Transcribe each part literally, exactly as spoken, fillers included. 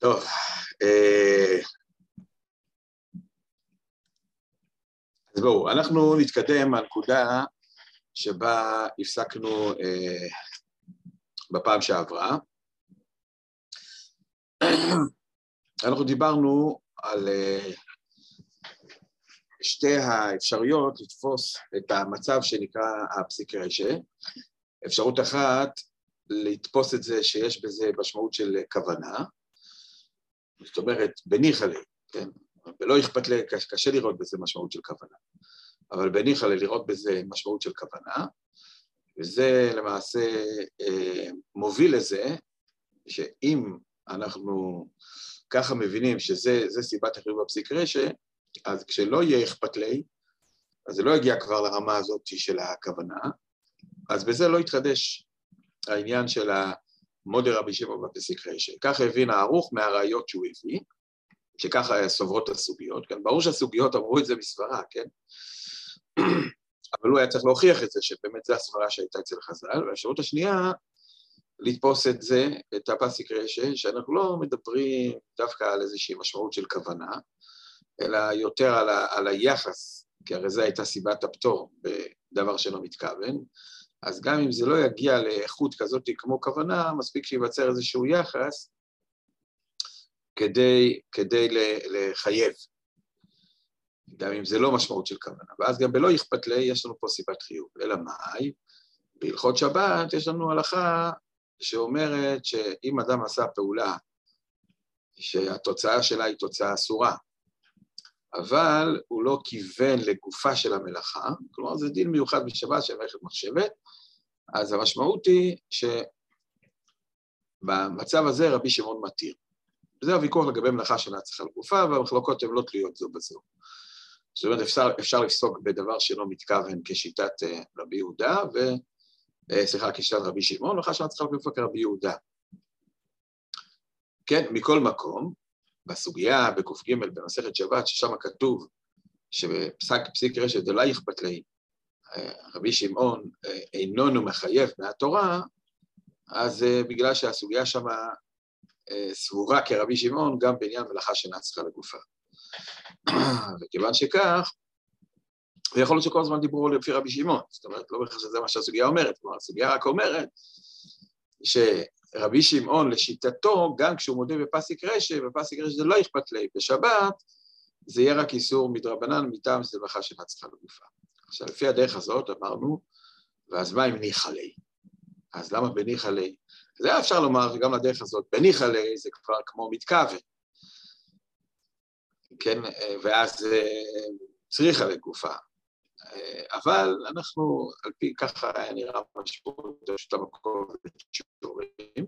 טוב, אז בואו, אנחנו נתקדם מהנקודה שבה הפסקנו בפעם שעברה. אנחנו דיברנו על שתי האפשרויות לתפוס את המצב שנקרא הפסיקרשה. אפשרות אחת, לתפוס את זה שיש בזה משמעות של כוונה, זאת אומרת, בניחא ליה, כן? ולא אכפת לי, קשה לראות בזה משמעות של כוונה, אבל בניחא ליה לראות בזה משמעות של כוונה, וזה למעשה אה, מוביל לזה, שאם אנחנו ככה מבינים שזה סיבת החיוב בפסיקרשה, אז כשלא יהיה אכפת לי, אז זה לא יגיע כבר לרמה הזאת של הכוונה, אז בזה לא יתחדש העניין של המודר רבי שמעון בפסיקרשה. ככה הבין הערוך מהראיות שהוא הביא, שככה סוברות הסוגיות, כן? ברור שהסוגיות אמרו את זה בסברה, כן? אבל הוא היה צריך להוכיח את זה, שבאמת זו הסברה שהייתה אצל חז"ל, והאפשרות השנייה, לתפוס את זה, את הפסיקרשה, שאנחנו לא מדברים דווקא על איזושהי משמעות של כוונה, אלא יותר על, ה, על היחס, כי הרי זו הייתה סיבת הפטור בדבר שלא מתכוון, אז גם אם זה לא יגיע לאיכות כזאת כמו כוונה, מספיק שיווצר איזשהו יחס כדי, כדי לחייב, גם אם זה לא משמעות של כוונה. ואז גם בלא אכפת לי, יש לנו פה סיבת חיוב. אלא מאי? בהלכות שבת יש לנו הלכה שאומרת שאם אדם עשה פעולה שהתוצאה שלה היא תוצאה אסורה, אבל הוא לא כיוון לגופה של המלאכה, כלומר זה דין מיוחד בשבת של מלאכת מחשבת, אז המשמעות היא שבמצב הזה רבי שמעון מתיר. וזה הוויכוח לגבי מלאכה שאינה צריכה לגופה, והמחלוקות הן לא תלויות זו בזו. זאת אומרת, אפשר, אפשר לפסוק בדבר שלא מתכוון כשיטת רבי יהודה, ו... סליחה, כשיטת רבי שמעון, מלאכה שאינה צריכה לגופה כרבי יהודה. כן, מכל מקום, בסוגיה, בקוף ג' במסכת שבת, ששם כתוב שבפסיקרשה דלא אכפת לי, רבי שמעון איננו מחייב מהתורה, אז בגלל שהסוגיה שם סבורה כרבי שמעון, גם בעניין מלאכה שאינה צריכה לגופה. וכיוון שכך, ויכול להיות שכל הזמן דיברו לפי רבי שמעון, זאת אומרת, לא בכלל שזה מה שהסוגיה אומרת, כלומר, הסוגיה רק אומרת שרבי שמעון לשיטתו, גם כשהוא מודה בפסיקרשה, בפסיקרשה זה לא אכפת לי, בשבת זה יהיה רק איסור מדרבנן, מטעם זה מלאכה שאינה צריכה לגופה. עכשיו, לפי הדרך הזאת אמרנו, ואז מה אם ניחא ליה? אז למה בניחא ליה? זה אפשר לומר גם לדרך הזאת, בניחא ליה זה כבר כמו מתכוון, כן, ואז צריכה לגופה. אבל אנחנו, על פי ככה היה נראה משמעות של המקום ושיעורים,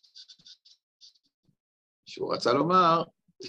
שהוא רצה לומר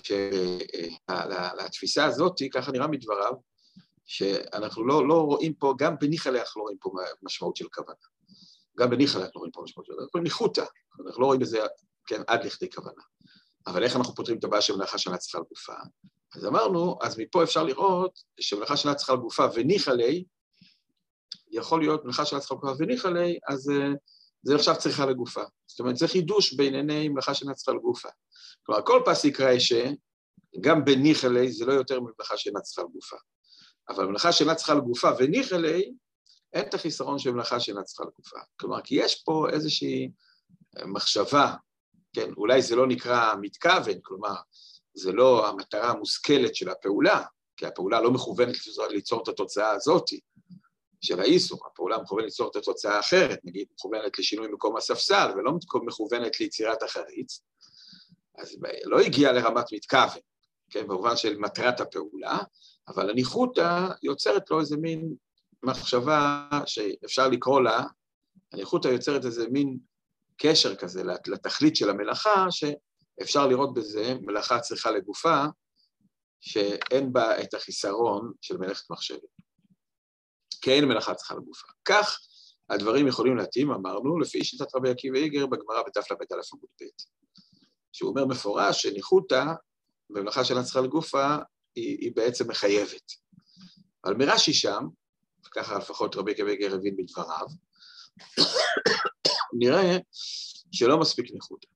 שלתפיסה הזאת, ככה נראה מדבריו, שאנחנו לא, לא רואים פה, גם בניחא ליה אנחנו לא רואים פה משמעות של כוונה. גם בניחא ליה אנחנו לא רואים פה משמעות של כוונה, אנחנו ניחותא, אנחנו לא רואים בזה, כן, עד לכדי כוונה. אבל איך אנחנו פותרים את הבעיה של מלאכה שאינה צריכה לגופה? אז אמרנו, אז מפה אפשר לראות שמלאכה שאינה צריכה לגופה וניחא ליה, יכול להיות מלאכה שאינה צריכה לגופה וניחא ליה, אז זה עכשיו צריכה לגופה. זאת אומרת, זה חידוש בענייני מלאכה שאינה צריכה לגופה. כלומר, כל פסיקרשה, גם בניחא ליה, זה לא יותר ממלאכה שאינה צריכה לגופה. אבל מלאכה שאינה צריכה לגופה וניחא ליה, אין את החיסרון של מלאכה שאינה צריכה לגופה. כלומר, כי יש פה איזושהי מחשבה, כן, אולי זה לא נקרא מתכוון, כלומר, זה לא המטרה המושכלת של הפעולה, כי הפעולה לא מכוונת ליצור את התוצאה הזאת של האיסור, הפעולה מכוונת ליצור את התוצאה האחרת, נגיד מכוונת לשינוי מקום הספסל, ולא מכוונת ליצירת החריץ, אז לא הגיע לרמת מתכוון, כן, במובן של מטרת הפעולה, אבל הניחותא יוצרת לו איזה מין מחשבה שאפשר לקרוא לה, הניחותא יוצרת איזה מין קשר כזה לתכלית של המלאכה, שאפשר לראות בזה מלאכה צריכה לגופה, שאין בה את החיסרון של מלאכת מחשבת. כי אין מלאכה צריכה לגופה. כך הדברים יכולים להתאים, אמרנו, לפי שיטת רבי עקיבא איגר בגמרא בתף ל"ב א' עמוד ב', שהוא אומר מפורש שניחותא במלאכה שאינה צריכה לגופה היא, היא בעצם מחייבת. אבל מרש"י שם, וככה לפחות רבי עקיבא איגר הבין בדבריו, נראה שלא מספיק ניחותא.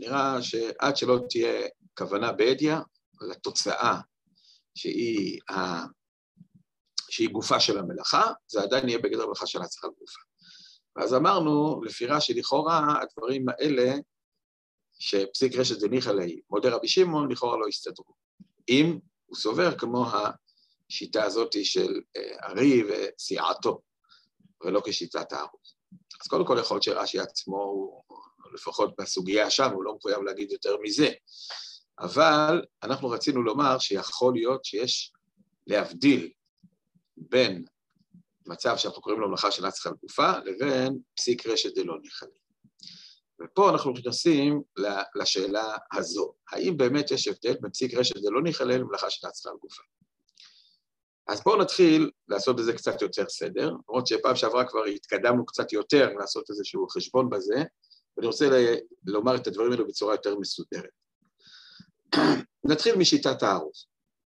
נראה שעד שלא תהיה כוונה באדיה, לתוצאה שהיא, ה... שהיא גופה של המלאכה, זה עדיין יהיה בגדר מלאכה שאינה צריכה גופה. ואז אמרנו, לפי רש"י לכאורה, הדברים האלה, שפסיק רשת דניחא ליה, מודה רבי שמעון, לכאורה לא יסתדרו. אם הוא סובר כמו השיטה הזאת של ארי וסיעתו, ולא כשיטת הארוך. אז קודם כל יכול להיות שרש"י עצמו, לפחות בסוגיה שם, הוא לא מחויב להגיד יותר מזה. אבל אנחנו רצינו לומר שיכול להיות שיש להבדיל בין מצב שאנחנו קוראים לו מלאכה שאינה צריכה גופה, לבין פסיק רשת דלא ניחא ליה. ופה אנחנו נכנסים לשאלה הזו, האם באמת יש הבדל בין פסיק רשת דלא ניחא ליה למלאכה שאינה צריכה גופה? אז בואו נתחיל לעשות בזה קצת יותר סדר, למרות שפעם שעברה כבר התקדמנו קצת יותר לעשות איזשהו חשבון בזה, ואני רוצה לומר את הדברים האלו בצורה יותר מסודרת. נתחיל משיטת הארוך.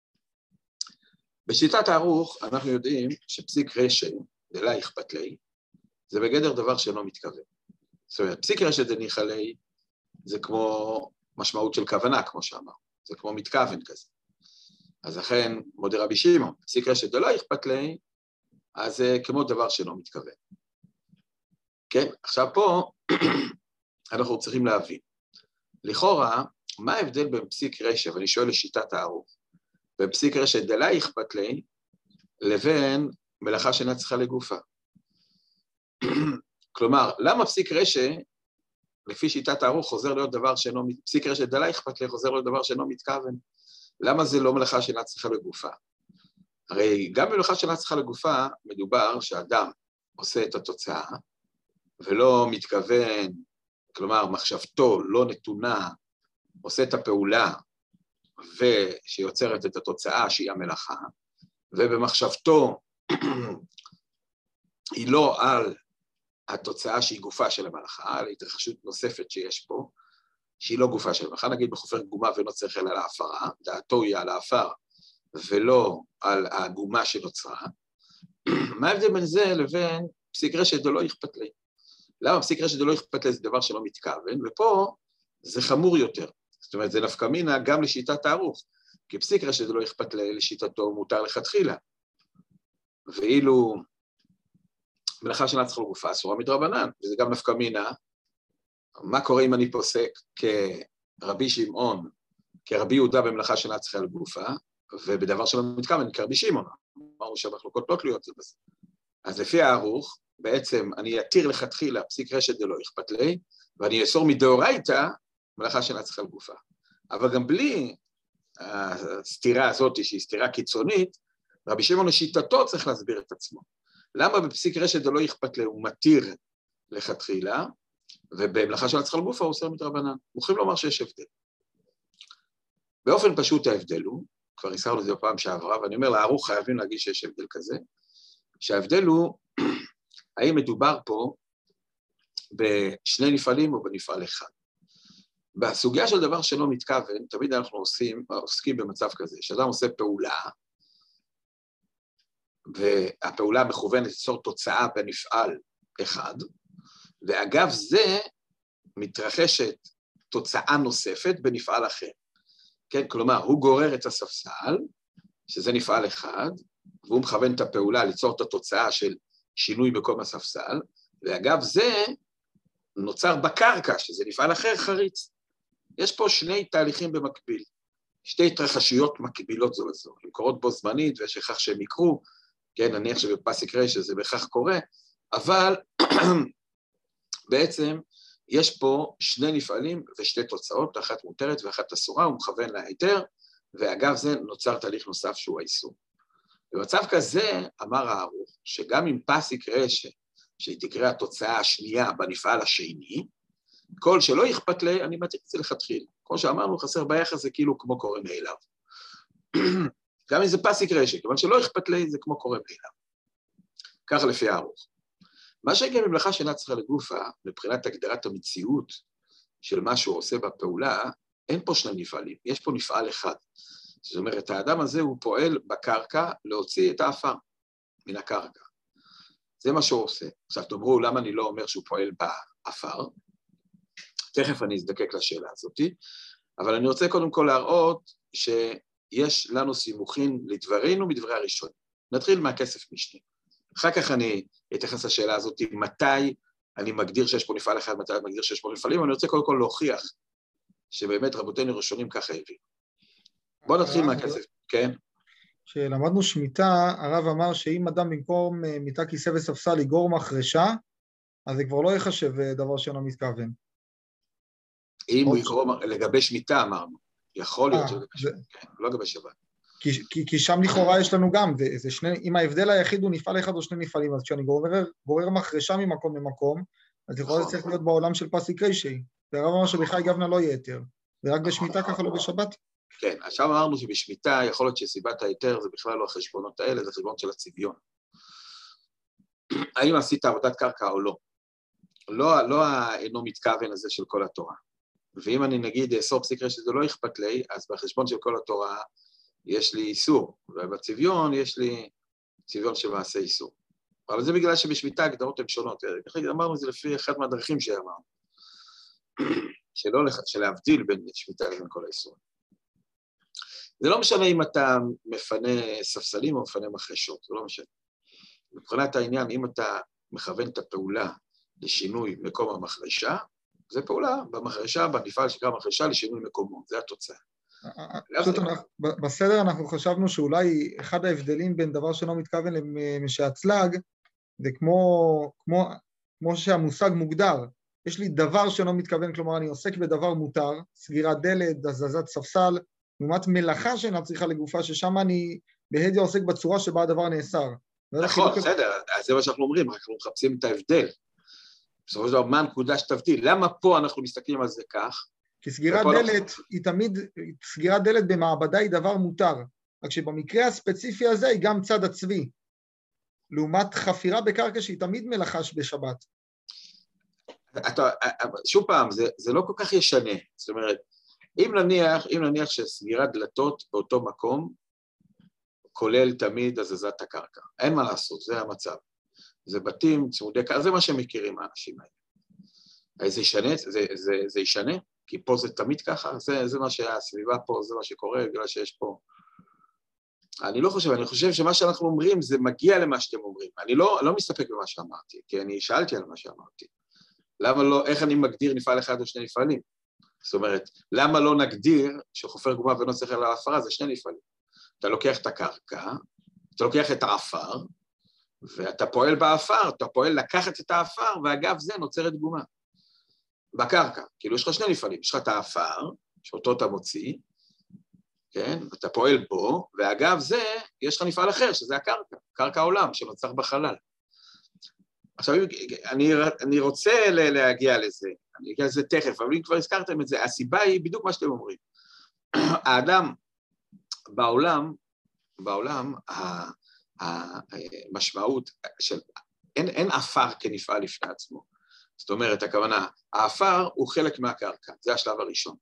בשיטת הארוך אנחנו יודעים שפסיק רשת דלא אכפת ליה, זה בגדר דבר שאינו מתכוון. זאת אומרת, פסיק רשת דניחא ליה זה כמו משמעות של כוונה, כמו שאמר, זה כמו מתכוון כזה. אז לכן, מודה רבי שמעון, פסיק רשת דלא אכפת ליה, אז זה כמו דבר שאינו מתכוון. כן, עכשיו פה אנחנו צריכים להבין. לכאורה, מה ההבדל בין פסיק רשת, ואני שואל לשיטת הארוך, בין פסיק רשת דלא אכפת ליה, לבין מלאכה שאינה צריכה לגופה? כלומר, למה פסיק רשת, לפי שיטת הארוך, חוזר להיות דבר שאינו, פסיק רשת דלא אכפת ליה, חוזר להיות דבר שאינו מתכוון? למה זה לא מלאכה שאינה צריכה לגופה? הרי גם במלאכה שאינה צריכה לגופה, מדובר שאדם עושה את התוצאה, ולא מתכוון, כלומר, מחשבתו לא נתונה, עושה את הפעולה, ושיוצרת את התוצאה שהיא המלאכה, ובמחשבתו היא לא על התוצאה שהיא גופה של המלאכה, על התרחשות נוספת שיש פה, שהיא לא גופה של המלאכה, נגיד בחופר גומה ואינו צריך אלא על ההפרה, דעתו היא על ההפר ולא על הגומה שנוצרה. מה ההבדל בין זה לבין פסיק רשת דלא אכפת ליה? למה פסיק רשת דלא אכפת ליה זה דבר שלא מתכוון, ופה זה חמור יותר. זאת אומרת, זה נפקא מינה גם לשיטת הארוך, כי פסיק רשת דלא אכפת ליה לשיטתו מותר לכתחילה. ואילו מלאכה שאינה צריכה לגופה אסורה מדרבנן, וזה גם נפקא מינה, מה קורה אם אני פוסק כרבי שמעון, כרבי יהודה במלאכה שאינה צריכה לגופה, ובדבר שלא מתכוון כרבי שמעון, אמרנו שהמחלוקות לא תלויות זה בזה. אז לפי הארוך, בעצם אני אתיר לכתחילה פסיק רשת דלא אכפת ליה, ואני אאסור מדאורייתא מלאכה שאינה צריכה לגופה. אבל גם בלי הסתירה הזאת, שהיא סתירה קיצונית, רבי שמעון לשיטתו צריך להסביר את עצמו. למה בפסיק רשת דלא אכפת ליה הוא מתיר לכתחילה, ובמלאכה שאינה צריכה לגופה הוא אוסר מדרבנן? מוכרחים לומר שיש הבדל. באופן פשוט ההבדל הוא, כבר הזכרנו את זה בפעם שעברה, ואני אומר לארוך חייבים להגיד שיש הבדל כזה, שההבדל הוא, האם מדובר פה בשני נפעלים או בנפעל אחד. בסוגיה של דבר שלא מתכוון, תמיד אנחנו עושים, עוסקים במצב כזה, שאדם עושה פעולה, והפעולה מכוונת ליצור תוצאה בנפעל אחד, ואגב זה מתרחשת תוצאה נוספת בנפעל אחר. כן, כלומר, הוא גורר את הספסל, שזה נפעל אחד, והוא מכוון את הפעולה ליצור את התוצאה של שינוי בקום הספסל, ואגב זה נוצר בקרקע, שזה נפעל אחר חריץ. יש פה שני תהליכים במקביל, שתי התרחשויות מקבילות זו לזו, הן קורות בו זמנית ויש הכרח שהם יקרו, כן, נניח שבפסיק רשת שזה בהכרח קורה, אבל בעצם יש פה שני נפעלים ושתי תוצאות, אחת מותרת ואחת אסורה, הוא מכוון להיתר, ואגב זה נוצר תהליך נוסף שהוא האיסור. במצב כזה אמר הארוך, שגם אם פסיק רשת, שהיא תקרא התוצאה השנייה בנפעל השני, כל שלא אכפת ליה, אני מתיר את זה לכתחילה. כמו שאמרנו, חסר ביחס זה כאילו כמו קורא מאליו. גם אם זה פסיק רשת, אבל שלא אכפת ליה זה כמו קורא מאליו. ככה לפי הארוך. מה שגם במלאכה שאינה צריכה לגופה, מבחינת הגדרת המציאות של מה שהוא עושה בפעולה, אין פה שני נפעלים, יש פה נפעל אחד. זאת אומרת, האדם הזה הוא פועל בקרקע להוציא את האפר מן הקרקע. זה מה שהוא עושה. עכשיו תאמרו, למה אני לא אומר שהוא פועל באפר? תכף אני אזדקק לשאלה הזאת, אבל אני רוצה קודם כל להראות שיש לנו סימוכין לדברינו מדברי הראשונים. נתחיל מהכסף משנה. אחר כך אני אתייחס לשאלה הזאת, מתי אני מגדיר שיש פה מפעל אחד, מתי אני מגדיר שיש פה מפעלים, אני רוצה קודם כל להוכיח שבאמת רבותינו ראשונים ככה הביאו. בואו נתחיל מהכסף, כן? כשלמדנו שמיטה, הרב אמר שאם אדם במקום מיטה כיסא וספסל יגור מחרשה, אז זה כבר לא יחשב דבר שאינו מתכוון. אם הוא יקרוא לגבי שמיטה, אמרנו, יכול להיות שלגבי שמיטה, כן, לא לגבי שבת. כי, כי, כי שם לכאורה יש לנו גם, זה, זה שני, אם ההבדל היחיד הוא נפעל אחד או שני נפעלים, אז כשאני גורר, גורר מחרשה ממקום למקום, אז לכאורה זה צריך להיות בעולם של פסיק רישי, והרב אמר שבכלל גבנה לא יהיה יותר, זה רק בשמיטה ככה לא בשבת. כן, עכשיו אמרנו שבשמיטה יכול להיות שסיבת היתר זה בכלל לא החשבונות האלה, זה חשבון של הצביון. האם עשית עבודת קרקע או לא? לא, לא האינו מתכוון הזה של כל התורה. ואם אני נגיד אסור פסיק רישי שזה לא אכפת לי, אז בחשבון של כל התורה יש לי איסור, ובצביון יש לי צביון שמעשה איסור. אבל זה בגלל שבשמיטה הגדרות הן שונות. אמרנו את זה לפי אחד מהדרכים שאמרנו. שלא, שלהבדיל בין שמיטה לבין כל האיסור. זה לא משנה אם אתה מפנה ספסלים או מפנה מחרשות, זה לא משנה. מבחינת העניין, אם אתה מכוון את הפעולה לשינוי מקום המחרשה, זה פעולה במחרשה, בנפעל שנקרא מחרשה לשינוי מקומו, זה התוצאה. בסדר אנחנו חשבנו שאולי אחד ההבדלים בין דבר שלא מתכוון למשהצלג, זה כמו, כמו, כמו שהמושג מוגדר, יש לי דבר שלא מתכוון, כלומר אני עוסק בדבר מותר, סגירת דלת, הזזת ספסל, לעומת מלאכה שאינה צריכה לגופה, ששם אני בהדיא עוסק בצורה שבה הדבר נאסר. נכון, בסדר, אז זה מה שאנחנו אומרים, אנחנו מחפשים את ההבדל. בסופו של דבר, מה הנקודה שתבדיל? למה פה אנחנו מסתכלים על זה כך? כי סגירת דלת היא תמיד, סגירת דלת במעבדה היא דבר מותר, רק שבמקרה הספציפי הזה היא גם צד הצבי, לעומת חפירה בקרקע שהיא תמיד מלאכה בשבת. אתה, שוב פעם, זה, זה לא כל כך ישנה, זאת אומרת, אם נניח, אם נניח שסגירת דלתות באותו מקום, כולל תמיד הזזת הקרקע. אין מה לעשות, זה המצב. זה בתים, צמודי קרקע, זה מה שהם מכירים האנשים האלה. זה ישנה, זה, זה, זה ישנה, כי פה זה תמיד ככה, זה, זה מה שהסביבה פה, זה מה שקורה, בגלל שיש פה... אני לא חושב, אני חושב שמה שאנחנו אומרים, זה מגיע למה שאתם אומרים. אני לא, לא מסתפק במה שאמרתי, כי אני שאלתי על מה שאמרתי. למה לא, איך אני מגדיר נפעל אחד או שני נפעלים? זאת אומרת, למה לא נגדיר שחופר גומה ואינו שכל על ההפרה, זה שני נפעלים. אתה לוקח את הקרקע, אתה לוקח את האפר, ואתה פועל באפר, אתה פועל לקחת את האפר, ואגב זה נוצרת גומה. בקרקע, כאילו יש לך שני נפעלים, יש לך את האפר, שאותו אתה מוציא, כן, אתה פועל בו, ואגב זה, יש לך נפעל אחר, שזה הקרקע, קרקע העולם, שנוצר בחלל. עכשיו, אני, אני רוצה להגיע לזה, אני אגיע לזה תכף, אבל אם כבר הזכרתם את זה, הסיבה היא בדיוק מה שאתם אומרים. האדם בעולם, בעולם, המשמעות של, אין, אין אפר כנפעל לפני עצמו. זאת אומרת, הכוונה, האפר הוא חלק מהקרקע, זה השלב הראשון.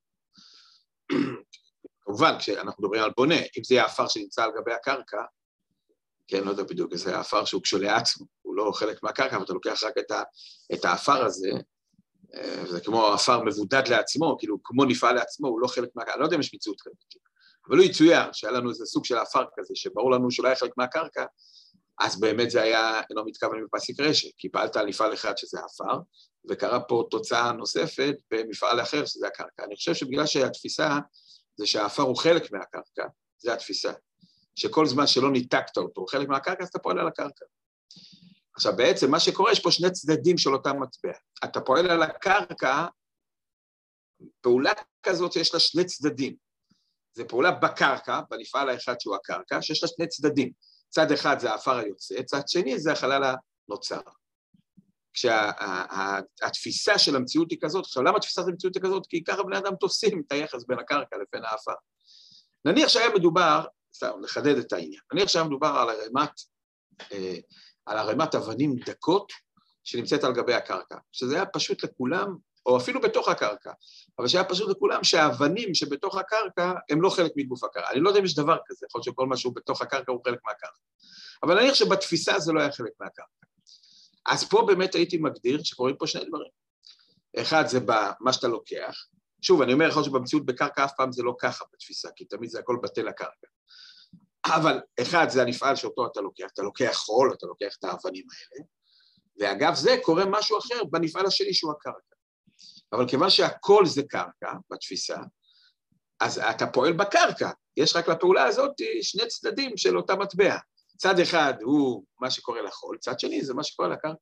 כמובן, כשאנחנו מדברים על בונה, אם זה יהיה האפר שנמצא על גבי הקרקע, כן, לא יודע בדיוק, זה האפר שהוא כשלעצמו, הוא לא חלק מהקרקע, אבל אתה לוקח רק את, ה, את האפר הזה, זה כמו האפר מבודד לעצמו, כאילו כמו נפעל לעצמו, הוא לא חלק מהקרקע, לא יודע אם יש מציאות כזאת, אבל הוא יצויר שהיה לנו איזה סוג של האפר כזה, שברור לנו שהוא לא היה חלק מהקרקע, אז באמת זה היה לא מתכוון בפסיק רשת, כי פעלת על מפעל אחד שזה האפר, וקרה פה תוצאה נוספת במפעל אחר שזה הקרקע. אני חושב שבגלל שהתפיסה זה שהאפר הוא חלק מהקרקע, זה התפיסה. שכל זמן שלא ניתקת אותו, הוא חלק מהקרקע, אז אתה פועל על הקרקע. עכשיו בעצם מה שקורה, יש פה שני צדדים של אותה מטבע. אתה פועל על הקרקע, פעולה כזאת שיש לה שני צדדים. זה פעולה בקרקע, בנפעל האחד שהוא הקרקע, שיש לה שני צדדים. צד אחד זה האפר היוצא, צד שני זה החלל הנוצר. כשהתפיסה של המציאות היא כזאת, עכשיו למה התפיסה של המציאות היא כזאת? כי ככה בני אדם תופסים את היחס בין הקרקע לבין האפר. נניח שהיה מדובר, סתם, לחדד את העניין, נניח שהיה מדובר על הרמת, אה, על הרמת אבנים דקות שנמצאת על גבי הקרקע, שזה היה פשוט לכולם, או אפילו בתוך הקרקע, אבל שהיה פשוט לכולם שהאבנים שבתוך הקרקע הם לא חלק מגוף הקרקע. אני לא יודע אם יש דבר כזה, יכול להיות שכל משהו בתוך הקרקע הוא חלק מהקרקע. אבל נניח שבתפיסה זה לא היה חלק מהקרקע. אז פה באמת הייתי מגדיר שקוראים פה שני דברים. אחד זה במה שאתה לוקח, שוב, אני אומר לך שבמציאות בקרקע אף פעם זה לא ככה בתפיסה, כי תמיד זה הכל בטל הקרקע. אבל אחד זה הנפעל שאותו אתה לוקח, אתה לוקח חול, אתה לוקח את האבנים האלה, ואגב זה קורה משהו אחר בנפעל השני שהוא הקרקע. אבל כיוון שהכל זה קרקע בתפיסה, אז אתה פועל בקרקע, יש רק לפעולה הזאת שני צדדים של אותה מטבע. צד אחד הוא מה שקורה לחול, צד שני זה מה שקורה לקרקע,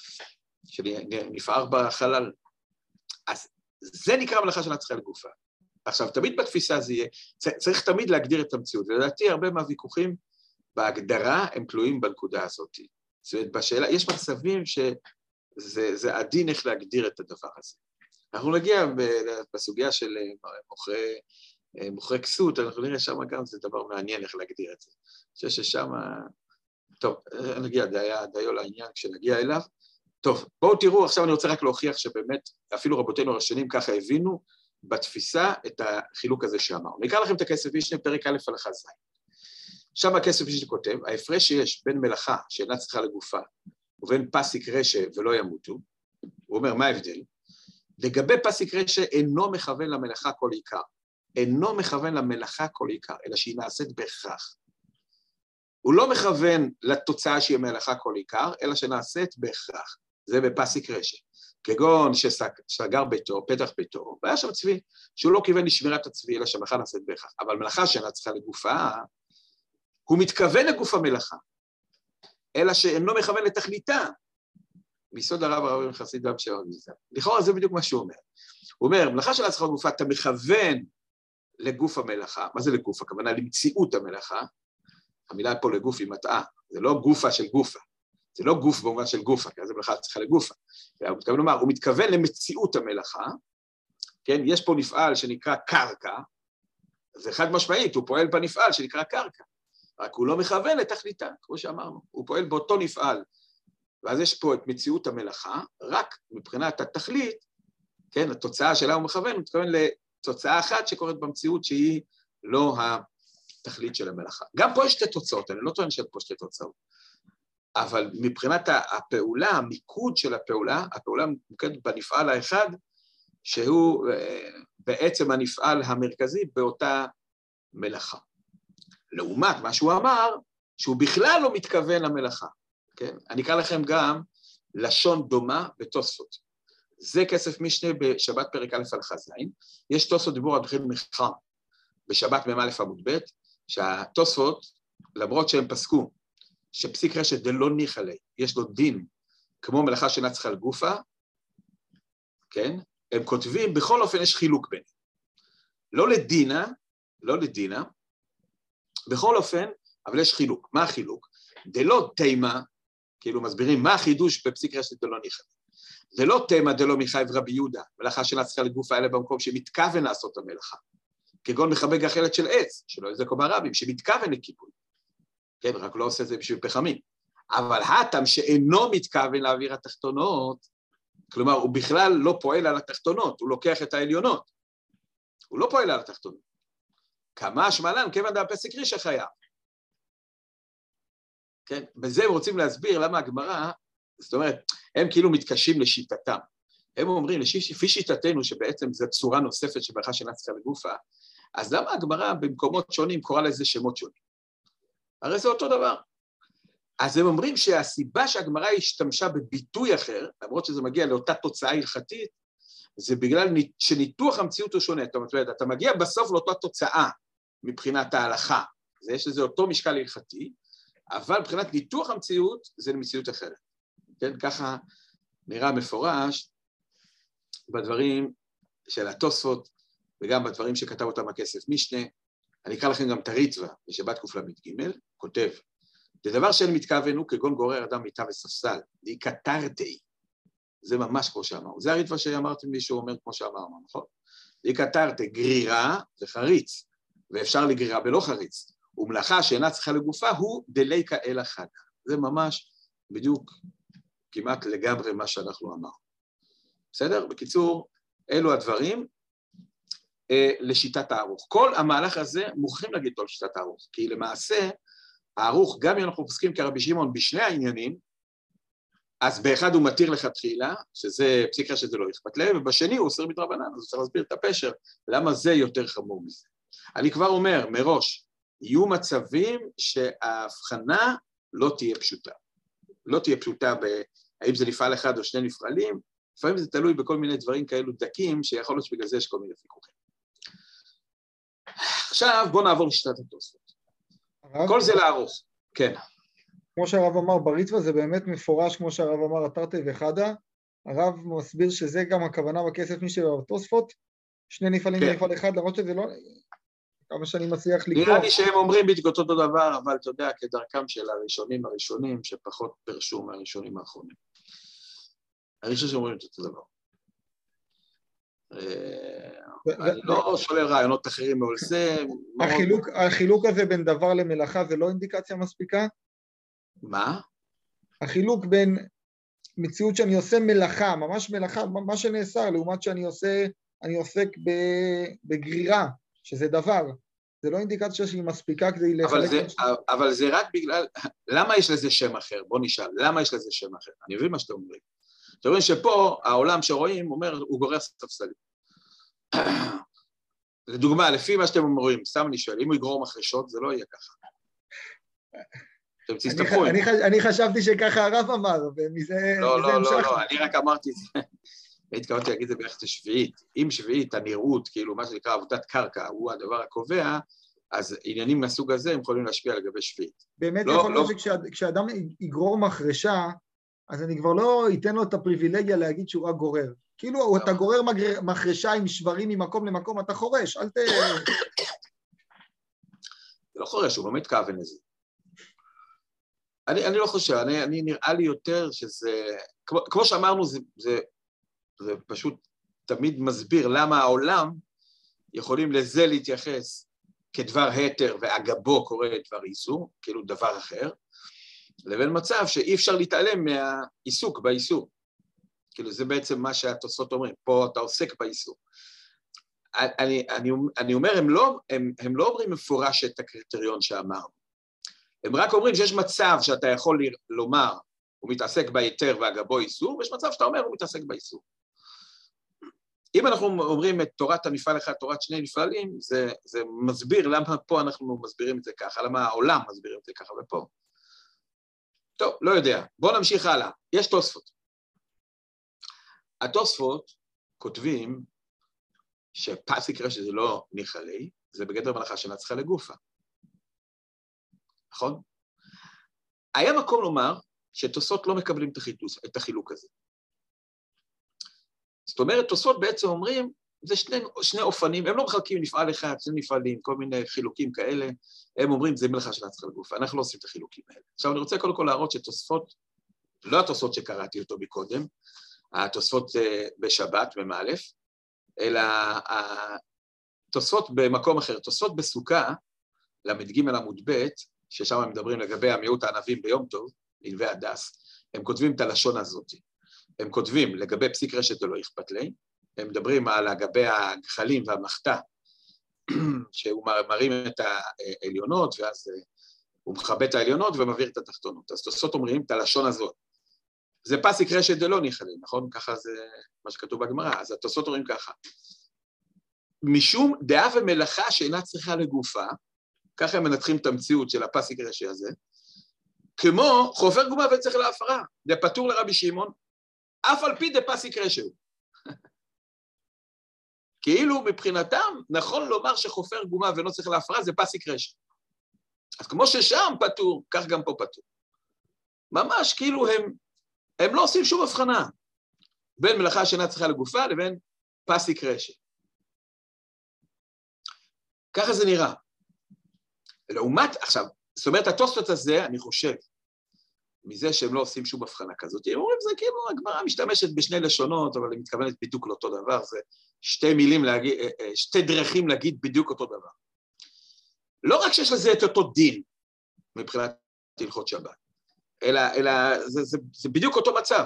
שנפער בחלל. אז זה נקרא מלאכה שנצחה לגופה. עכשיו, תמיד בתפיסה זה יהיה, צריך תמיד להגדיר את המציאות, ולדעתי הרבה מהוויכוחים בהגדרה הם תלויים בנקודה הזאת. זאת אומרת, בשאלה, יש מצבים שזה זה עדין איך להגדיר את הדבר הזה. אנחנו נגיע בסוגיה של מוכרי, מוכרי כסות, אנחנו נראה שם גם זה דבר מעניין איך להגדיר את זה. אני חושב ששם, טוב, נגיע דיו לעניין כשנגיע אליו. טוב, בואו תראו, עכשיו אני רוצה רק להוכיח שבאמת, אפילו רבותינו הראשונים ככה הבינו בתפיסה את החילוק הזה שאמרנו. נקרא לכם את הכסף משנה, פרק א' הלכה ז'. שם הכסף משנה כותב, ההפרש שיש בין מלאכה שאינה צריכה לגופה, ובין פסיק רשע ולא ימותו, הוא אומר, מה ההבדל? לגבי פסיק רשע אינו מכוון למלאכה כל עיקר, אינו מכוון למלאכה כל עיקר, אלא שהיא נעשית בהכרח. הוא לא מכוון לתוצאה שהיא מלאכה כל עיקר, אלא שנעשית בהכרח. זה בפסיק רשע. כגון שסגר ביתו, פתח ביתו, והיה שם צבי, שהוא לא כיוון לשמירת הצבי, אלא שהמלאכה נעשית בהכרח. אבל מלאכה שאינה צריכה לגופה, הוא מתכוון לגוף המלאכה, אלא שאינו מכוון לתכליתה. ביסוד הרב הרב חסיד רב שאול מזה. לכאורה זה בדיוק מה שהוא אומר. הוא אומר, מלאכה שאינה צריכה לגופה, אתה מכוון לגוף המלאכה. מה זה לגוף? הכוונה למציאות המלאכה. המילה פה לגוף היא מטעה, זה לא גופה של גופה. זה לא גוף במובן של גופה, כי אז המלאכה צריכה לגופה. הוא מתכוון לומר, הוא מתכוון למציאות המלאכה, כן? יש פה נפעל שנקרא קרקע, זה חד משמעית, הוא פועל בנפעל שנקרא קרקע, רק הוא לא מכוון לתכליתה, כמו שאמרנו, הוא פועל באותו נפעל, ואז יש פה את מציאות המלאכה, רק מבחינת התכלית, כן, התוצאה שלה הוא מכוון, הוא מתכוון לתוצאה אחת שקורית במציאות שהיא לא התכלית של המלאכה. גם פה יש שתי תוצאות, אני לא טוען שיש פה שתי תוצאות, אבל מבחינת הפעולה, המיקוד של הפעולה, הפעולה מוקדת בנפעל האחד, שהוא בעצם הנפעל המרכזי באותה מלאכה. לעומת מה שהוא אמר, שהוא בכלל לא מתכוון למלאכה. כן? אני אקרא לכם גם לשון דומה בתוספות. זה כסף משנה בשבת פרק א' הלכה ז', יש תוספות דיבור על בכלל מחר, בשבת מ"א עמוד ב', שהתוספות, למרות שהם פסקו, שפסיק רשע דלא ניחא ליה, יש לו דין, כמו מלאכה שאינה צריכה לגופה, כן? הם כותבים, בכל אופן יש חילוק ביניהם. לא לדינה, לא לדינה, בכל אופן, אבל יש חילוק. מה החילוק? דלא תימה, כאילו מסבירים מה החידוש בפסיק רשע דלא ניחא ליה. דלא תימה דלא מחייב רבי יהודה, מלאכה שאינה צריכה לגופה אלה במקום שמתכוון לעשות המלאכה. כגון מכבה גחלת של עץ, שלא יזכו ברבים, שמתכוון לכיבוי. כן, רק לא עושה את זה בשביל פחמים. אבל הטעם שאינו מתכוון להעביר התחתונות, כלומר, הוא בכלל לא פועל על התחתונות, הוא לוקח את העליונות. הוא לא פועל על התחתונות. כמה שמלן, כיוון דאפסיק רשע חייב. כן, בזה הם רוצים להסביר למה הגמרא, זאת אומרת, הם כאילו מתקשים לשיטתם. הם אומרים, לפי שיטתנו, שבעצם זו צורה נוספת שבמלאכה שאינה צריכה לגופה, אז למה הגמרא במקומות שונים קורא לזה שמות שונים? הרי זה אותו דבר. אז הם אומרים שהסיבה שהגמרא השתמשה בביטוי אחר, למרות שזה מגיע לאותה תוצאה הלכתית, זה בגלל שניתוח המציאות הוא שונה. זאת אומרת, אתה מגיע בסוף לאותה תוצאה מבחינת ההלכה, זה יש לזה אותו משקל הלכתי, אבל מבחינת ניתוח המציאות זה למציאות אחרת. כן, ככה נראה מפורש בדברים של התוספות, וגם בדברים שכתב אותם הכסף משנה. אני אקרא לכם גם את הריטב"א בשבת קל"ג, כותב, זה דבר שאין מתכוון הוא כגון גורר אדם מיטה וספסל, די קטרתי, זה ממש כמו שאמרנו, זה הריטב"א שאמרתם לי שהוא אומר כמו שאמרנו, נכון? די קטרתי, גרירה וחריץ, ואפשר לגרירה בלא חריץ, ומלאכה שאינה צריכה לגופה הוא דליקה אלא חדה, זה ממש בדיוק כמעט לגמרי מה שאנחנו אמרנו. בסדר? בקיצור, אלו הדברים, לשיטת הערוך. כל המהלך הזה מוכרחים להגיד לו לשיטת הערוך, כי למעשה הערוך, גם אם אנחנו פוסקים כרבי שמעון בשני העניינים, אז באחד הוא מתיר לכתחילה, שזה פסיקה שזה לא אכפת להם, ובשני הוא אוסר מדרבנן, אז הוא צריך להסביר את הפשר, למה זה יותר חמור מזה. אני כבר אומר, מראש, יהיו מצבים שההבחנה לא תהיה פשוטה. לא תהיה פשוטה בהאם זה נפעל אחד או שני נפעלים, לפעמים זה תלוי בכל מיני דברים כאלו דקים, שיכול להיות שבגלל זה יש כל מיני ויכוחים. עכשיו בואו נעבור לשיטת התוספות. כל זה לערוך, כן. כמו שהרב אמר בריטווה, זה באמת מפורש, כמו שהרב אמר, התרתי וחדה, הרב מסביר שזה גם הכוונה בכסף מי שבתוספות, שני נפעלים כן. בנפעל אחד, למרות שזה לא, כמה שאני מצליח לקרוא. נראה לי שהם אומרים בדיוק אותו דבר, אבל אתה יודע, כדרכם של הראשונים הראשונים, שפחות פרשו מהראשונים האחרונים. אני חושב שאומרים את אותו דבר. אני לא שולל רעיונות אחרים, אבל זה... החילוק הזה בין דבר למלאכה זה לא אינדיקציה מספיקה? מה? החילוק בין מציאות שאני עושה מלאכה, ממש מלאכה, מה שנאסר, לעומת שאני עושה, אני עוסק בגרירה, שזה דבר, זה לא אינדיקציה שהיא מספיקה כדי לחלק... אבל זה רק בגלל... למה יש לזה שם אחר? בוא נשאל, למה יש לזה שם אחר? אני מבין מה שאתם אומרים. אתם רואים שפה העולם שרואים אומר, הוא גורר ספסלים. לדוגמה, לפי מה שאתם אומרים, סתם אני שואל, אם הוא יגרור מחרשות, זה לא יהיה ככה. אתם תסתפחו. אני חשבתי שככה הרב אמר, ומזה... לא, לא, לא, לא, אני רק אמרתי את זה. התכוונתי להגיד את זה ביחס לשביעית. אם שביעית, הנראות, כאילו מה שנקרא עבודת קרקע, הוא הדבר הקובע, אז עניינים מהסוג הזה הם יכולים להשפיע לגבי שביעית. באמת יכול להיות שכשאדם יגרור מחרשה, אז אני כבר לא אתן לו את הפריבילגיה להגיד שהוא רק גורר. כאילו, אתה גורר מחרשה עם שברים ממקום למקום, אתה חורש, אל ת... זה לא חורש, הוא לא מתכוון לזה. אני, אני לא חושב, אני, אני נראה לי יותר שזה... כמו, כמו שאמרנו, זה, זה, זה פשוט תמיד מסביר למה העולם יכולים לזה להתייחס כדבר היתר, ואגבו קורא דבר איסור, כאילו דבר אחר, לבין מצב שאי אפשר להתעלם מהעיסוק באיסור. כאילו זה בעצם מה שהתוספות אומרים, פה אתה עוסק באיסור. אני, אני, אני אומר, הם לא, הם, הם לא אומרים מפורש את הקריטריון שאמרנו. הם רק אומרים שיש מצב שאתה יכול לומר, הוא מתעסק בהיתר והגבו איסור, ויש מצב שאתה אומר, הוא מתעסק באיסור. אם אנחנו אומרים את תורת הנפעל אחד, תורת שני נפעלים, זה, זה מסביר למה פה אנחנו מסבירים את זה ככה, למה העולם מסבירים את זה ככה ופה. טוב, לא יודע. בואו נמשיך הלאה. יש תוספות. התוספות כותבים שפס יקרה שזה לא ניחלי, זה בגדר מלאכה שאינה צריכה לגופה. נכון? היה מקום לומר שתוספות לא מקבלים את החילוק הזה. זאת אומרת, תוספות בעצם אומרים, זה שני, שני אופנים, הם לא מחלקים נפעל אחד, שני נפעלים, כל מיני חילוקים כאלה, הם אומרים, זה מלאכה שאינה צריכה לגופה, אנחנו לא עושים את החילוקים האלה. עכשיו, אני רוצה קודם כל להראות שתוספות, לא התוספות שקראתי אותו מקודם, התוספות בשבת, במאלף, אלא התוספות במקום אחר, תוספות בסוכה, למד ג' עמוד ב', ששם הם מדברים לגבי המיעוט הענבים ביום טוב, ענבי הדס, הם כותבים את הלשון הזאת. הם כותבים לגבי פסיק רשת ולא אכפת לי, הם מדברים על לגבי הגחלים והמחתה, שהוא מרים את העליונות, ואז הוא מכבה את העליונות ומבהיר את התחתונות. אז תוספות אומרים את הלשון הזאת. זה פסיק רשת דלא ניחלי, נכון? ככה זה מה שכתוב בגמרא, אז התוספות אומרים ככה. משום דעה ומלאכה שאינה צריכה לגופה, ככה הם מנתחים את המציאות של הפסיק רשת הזה, כמו חופר גומה וצריך להפרה, זה פטור לרבי שמעון, אף על פי דפסיק רשת. כאילו מבחינתם נכון לומר שחופר גומה ולא צריך להפרה, זה פסיק רשת. אז כמו ששם פטור, כך גם פה פטור. ממש כאילו הם, הם לא עושים שום הבחנה, בין מלאכה שאינה צריכה לגופה לבין פסיק רשת. ככה זה נראה. לעומת, עכשיו, זאת אומרת, התוספות הזה, אני חושב, מזה שהם לא עושים שום הבחנה כזאת, הם אומרים, זה כאילו, הגמרא משתמשת בשני לשונות, אבל היא מתכוונת בדיוק לאותו דבר, זה שתי מילים להגיד, שתי דרכים להגיד בדיוק אותו דבר. לא רק שיש לזה את אותו דין, מבחינת הלכות שבת, אלא, אלא זה, זה, זה בדיוק אותו מצב.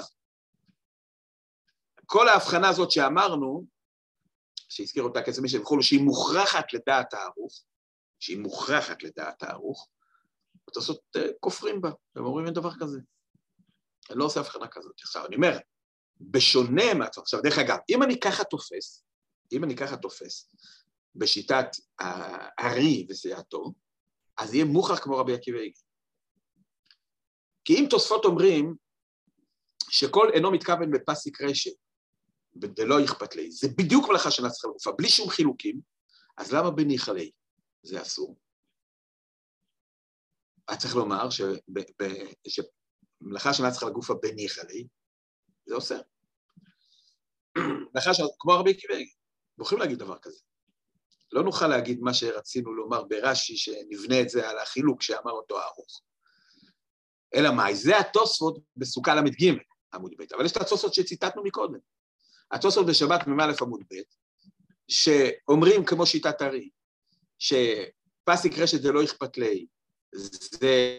כל ההבחנה הזאת שאמרנו, שהזכיר אותה כסמי שבחולו, שהיא מוכרחת לדעת הערוך, שהיא מוכרחת לדעת הערוך, התוספות כופרים בה, והם אומרים אין דבר כזה. אני לא עושה הבחנה כזאת. עכשיו, אני אומר, בשונה מהתופס, עכשיו, דרך אגב, אם אני ככה תופס, אם אני ככה תופס, בשיטת הארי וסיעתו, אז יהיה מוכח כמו רבי עקיבא איגר. כי אם תוספות אומרים, שכל אינו מתכוון בפסיק רשת, דלא אכפת לי, זה בדיוק מלאכה שאינה צריכה לגופה, בלי שום חילוקים, אז למה בניחא ליה? זה אסור. את צריך לומר שמלאכה שאינה צריכה לגופה בניחא ליה, זה עושה. מלאכה כמו רבי עקיבא איגר, יכולים להגיד דבר כזה. לא נוכל להגיד מה שרצינו לומר ברש"י, שנבנה את זה על החילוק שאמר אותו הארוך. אלא מה? זה התוספות בסוכה למד ג' עמוד ב', אבל יש את התוספות שציטטנו מקודם. התוספות בשבת ממא' עמוד ב', שאומרים כמו שיטת הארי, שפסיק רשת זה לא אכפת לי, זה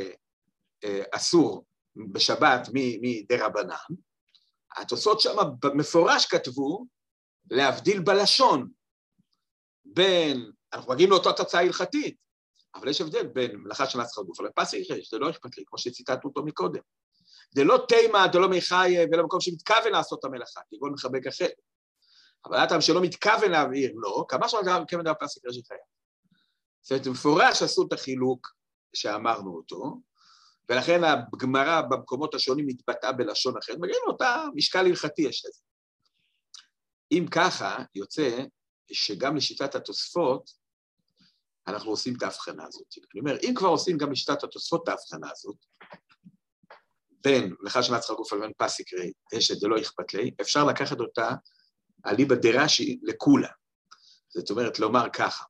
אסור בשבת מדרבנן, התוספות שם במפורש כתבו, להבדיל בלשון, בין, אנחנו מגיעים לאותה תוצאה הלכתית, אבל יש הבדל בין מלאכה שאינה צריכה לגופה לפסיק רשת, זה לא אכפת לי, כמו שציטטנו אותו מקודם. זה לא תימה, זה לא מחייב, ולא מקום שמתכוון לעשות את המלאכה, כגון מחבק אחר. אבל האדם שלא מתכוון להבהיר, לא, כמה שאתה מתכוון להבהיר פסיק רשת היה. זאת אומרת, מפורש עשו את החילוק שאמרנו אותו, ולכן הגמרא במקומות השונים מתבטאה בלשון אחרת, מגיעים לאותה משקל הלכתי יש לזה. אם ככה, יוצא שגם לשיטת התוספות, אנחנו עושים את ההבחנה הזאת. אני אומר, אם כבר עושים גם לשיטת התוספות את ההבחנה הזאת, בין מלאכה שאינה צריכה לגופה לבין פסיק רשת, זה לא אכפת לי, אפשר לקחת אותה אליבא דרש"י לכולה. זאת אומרת, לומר ככה,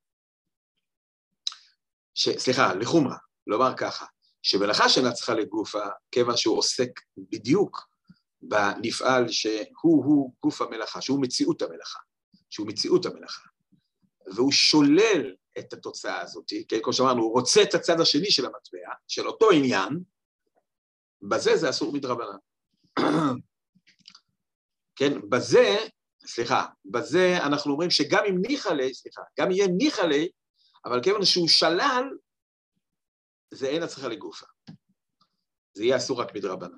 ש, סליחה, לחומרה, לומר ככה, שמלאכה שאינה צריכה לגופה, כיוון שהוא עוסק בדיוק בנפעל שהוא גוף המלאכה, שהוא מציאות המלאכה, שהוא מציאות המלאכה, והוא שולל את התוצאה הזאת, כי כמו שאמרנו, הוא רוצה את הצד השני של המטבע, של אותו עניין, בזה זה אסור מדרבנן. כן, בזה, סליחה, בזה אנחנו אומרים שגם אם ניחא ליה, סליחה, גם יהיה ניחא ליה, אבל כיוון שהוא שלל, זה אין הצריכה לגופה. זה יהיה אסור רק מדרבנן.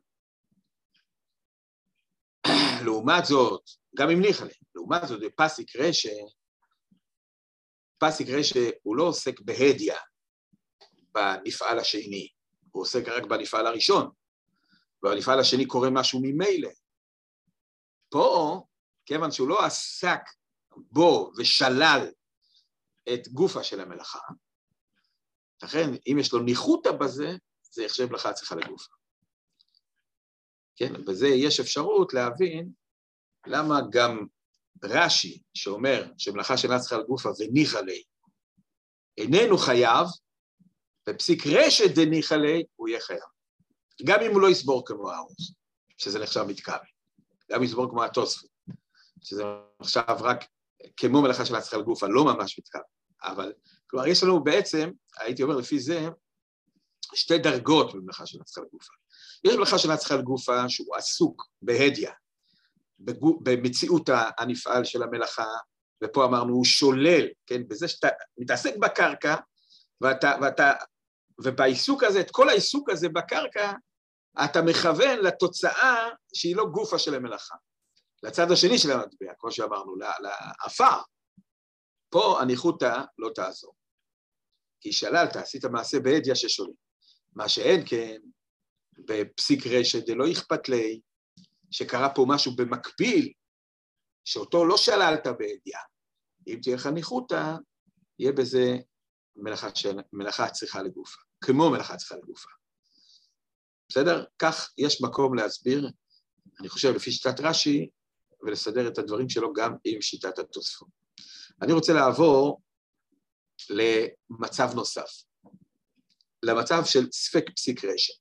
לעומת זאת, גם אם ניחא ליה, לעומת זאת, בפסיק רשת, פסיק רשת הוא לא עוסק בהדיא בנפעל השני, הוא עוסק רק בנפעל הראשון, ובנפעל השני קורה משהו ממילא. פה, כיוון שהוא לא עסק בו ושלל את גופה של המלאכה, לכן אם יש לו ניחותא בזה, זה יחשב מלאכה צריכה לגופה. כן, בזה יש אפשרות להבין למה גם רש"י שאומר שמלאכה שאינה צריכה לגופה וניחא ליה, איננו חייב, בפסיק רשת דניחא ליה, הוא יהיה חייב. גם אם הוא לא יסבור כמו הארוך, שזה נחשב מתכוון. גם אם יסבור כמו התוספות, שזה עכשיו רק כמו מלאכה שאינה צריכה לגופה, לא ממש מתכוון. אבל, כלומר, יש לנו בעצם, הייתי אומר לפי זה, שתי דרגות במלאכה שאינה צריכה לגופה. יש מלאכה שאינה צריכה לגופה שהוא עסוק בהדיא, במציאות הנפעל של המלאכה, ופה אמרנו, הוא שולל, כן, בזה שאתה מתעסק בקרקע, ואתה, ואתה, ובעיסוק הזה, את כל העיסוק הזה בקרקע, אתה מכוון לתוצאה שהיא לא גופה של המלאכה, לצד השני של המטבע, כמו שאמרנו, לעפר. פה הניחותא לא תעזור, כי שללת, עשית מעשה בהדיא ששולל. מה שאין כן, בפסיק רשת, זה לא אכפת לי, שקרה פה משהו במקביל, שאותו לא שללת בהדיא. אם תהיה לך ניחותא, יהיה בזה מלאכה, מלאכה צריכה לגופה, כמו מלאכה צריכה לגופה. בסדר? כך יש מקום להסביר, אני חושב, לפי שיטת רש"י, ולסדר את הדברים שלו גם עם שיטת התוספות. אני רוצה לעבור למצב נוסף, למצב של ספק פסיק רשת.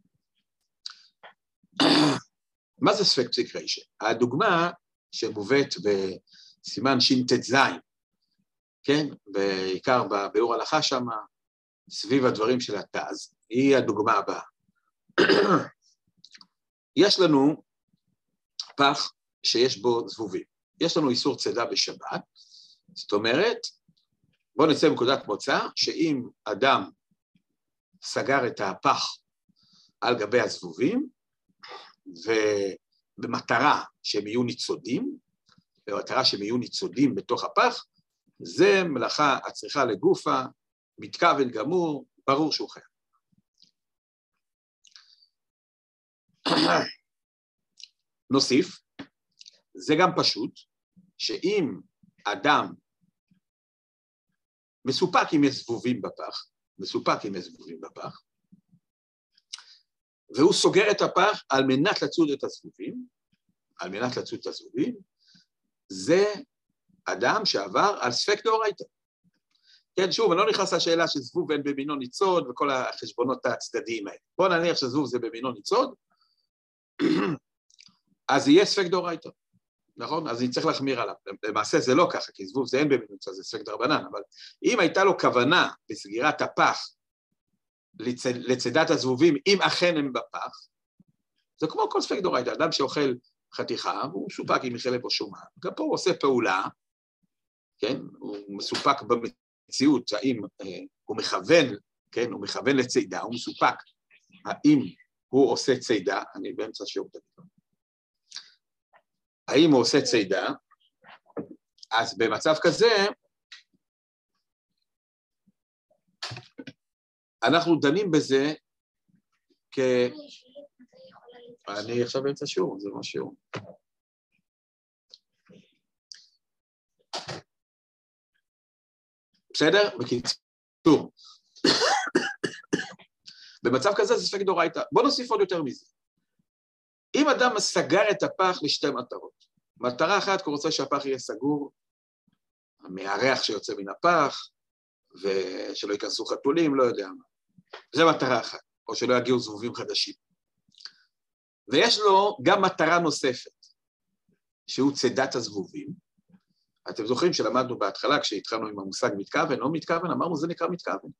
מה זה ספק פסיק רשת? הדוגמה שמובאת בסימן ש"ט"ז, כן? בעיקר בביאור הלכה שם, סביב הדברים של התז, היא הדוגמה הבאה. יש לנו פח שיש בו זבובים. יש לנו איסור צידה בשבת, זאת אומרת, בואו נצא מנקודת מוצא, שאם אדם סגר את הפח על גבי הזבובים, ובמטרה שהם יהיו ניצודים, במטרה שהם יהיו ניצודים בתוך הפח, זה מלאכה הצריכה לגופה, מתכוון גמור, ברור שהוא חייב. נוסיף, זה גם פשוט, שאם אדם מסופק עם זבובים בפח, מסופק עם זבובים בפח, והוא סוגר את הפח על מנת לצוד את הזבובים, על מנת לצוד את הזבובים, זה אדם שעבר על ספק דאורייתא. כן, שוב, אני לא נכנס לשאלה שזבוב אין במינו ניצוד וכל החשבונות הצדדיים האלה. בוא נניח שזבוב זה במינו ניצוד, אז יהיה ספק דאורייתא, נכון? אז אני צריך להחמיר עליו. למעשה זה לא ככה, כי זבוב זה אין במינו ניצוד, זה ספק דרבנן, אבל אם הייתה לו כוונה בסגירת הפח לצד, לצדת הזבובים, אם אכן הם בפח, זה כמו כל ספק דאורייתא, אדם שאוכל חתיכה, הוא מסופק אם יחלב או שומן. גם פה הוא עושה פעולה, כן? הוא מסופק במציאות, האם אה, הוא מכוון, כן? הוא מכוון לצידה, הוא מסופק, האם הוא עושה צידה, אני באמצע שיעור תגיד. האם הוא עושה צידה, אז במצב כזה, אנחנו דנים בזה כ... אני עכשיו באמצע שיעור, זה לא שיעור. בסדר? בקיצור. במצב כזה זה ספק דאורייתא. בוא נוסיף עוד יותר מזה. אם אדם סגר את הפח לשתי מטרות, מטרה אחת, הוא רוצה שהפח יהיה סגור, מהריח שיוצא מן הפח, ושלא ייכנסו חתולים, לא יודע מה. זה מטרה אחת, או שלא יגיעו זבובים חדשים. ויש לו גם מטרה נוספת, שהוא צדת הזבובים. אתם זוכרים שלמדנו בהתחלה, כשהתחלנו עם המושג מתכוון, לא מתכוון, אמרנו זה נקרא מתכוון.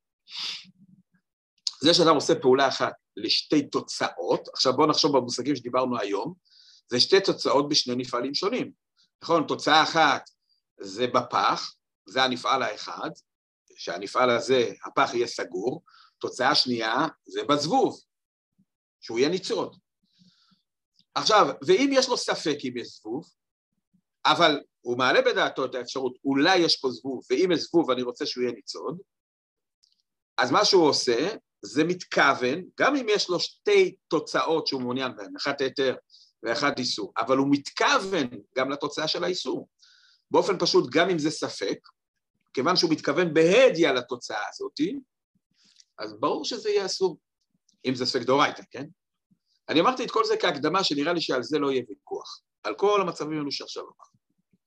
זה שאדם עושה פעולה אחת לשתי תוצאות, עכשיו בואו נחשוב במושגים שדיברנו היום, זה שתי תוצאות בשני נפעלים שונים. נכון, תוצאה אחת זה בפח, זה הנפעל האחד, שהנפעל הזה, הפח יהיה סגור, תוצאה שנייה זה בזבוב, שהוא יהיה ניצוד. עכשיו, ואם יש לו ספק אם יש זבוב, אבל הוא מעלה בדעתו את האפשרות, אולי יש פה זבוב, ואם יש זבוב אני רוצה שהוא יהיה ניצוד, אז מה שהוא עושה, זה מתכוון, גם אם יש לו שתי תוצאות שהוא מעוניין בהן, אחת היתר ואחת איסור, אבל הוא מתכוון גם לתוצאה של האיסור. באופן פשוט, גם אם זה ספק, כיוון שהוא מתכוון בהדיה לתוצאה הזאת, אז ברור שזה יהיה אסור, אם זה ספק דאורייתא, כן? אני אמרתי את כל זה כהקדמה שנראה לי שעל זה לא יהיה ויכוח, על כל המצבים האלו שעכשיו אמרנו.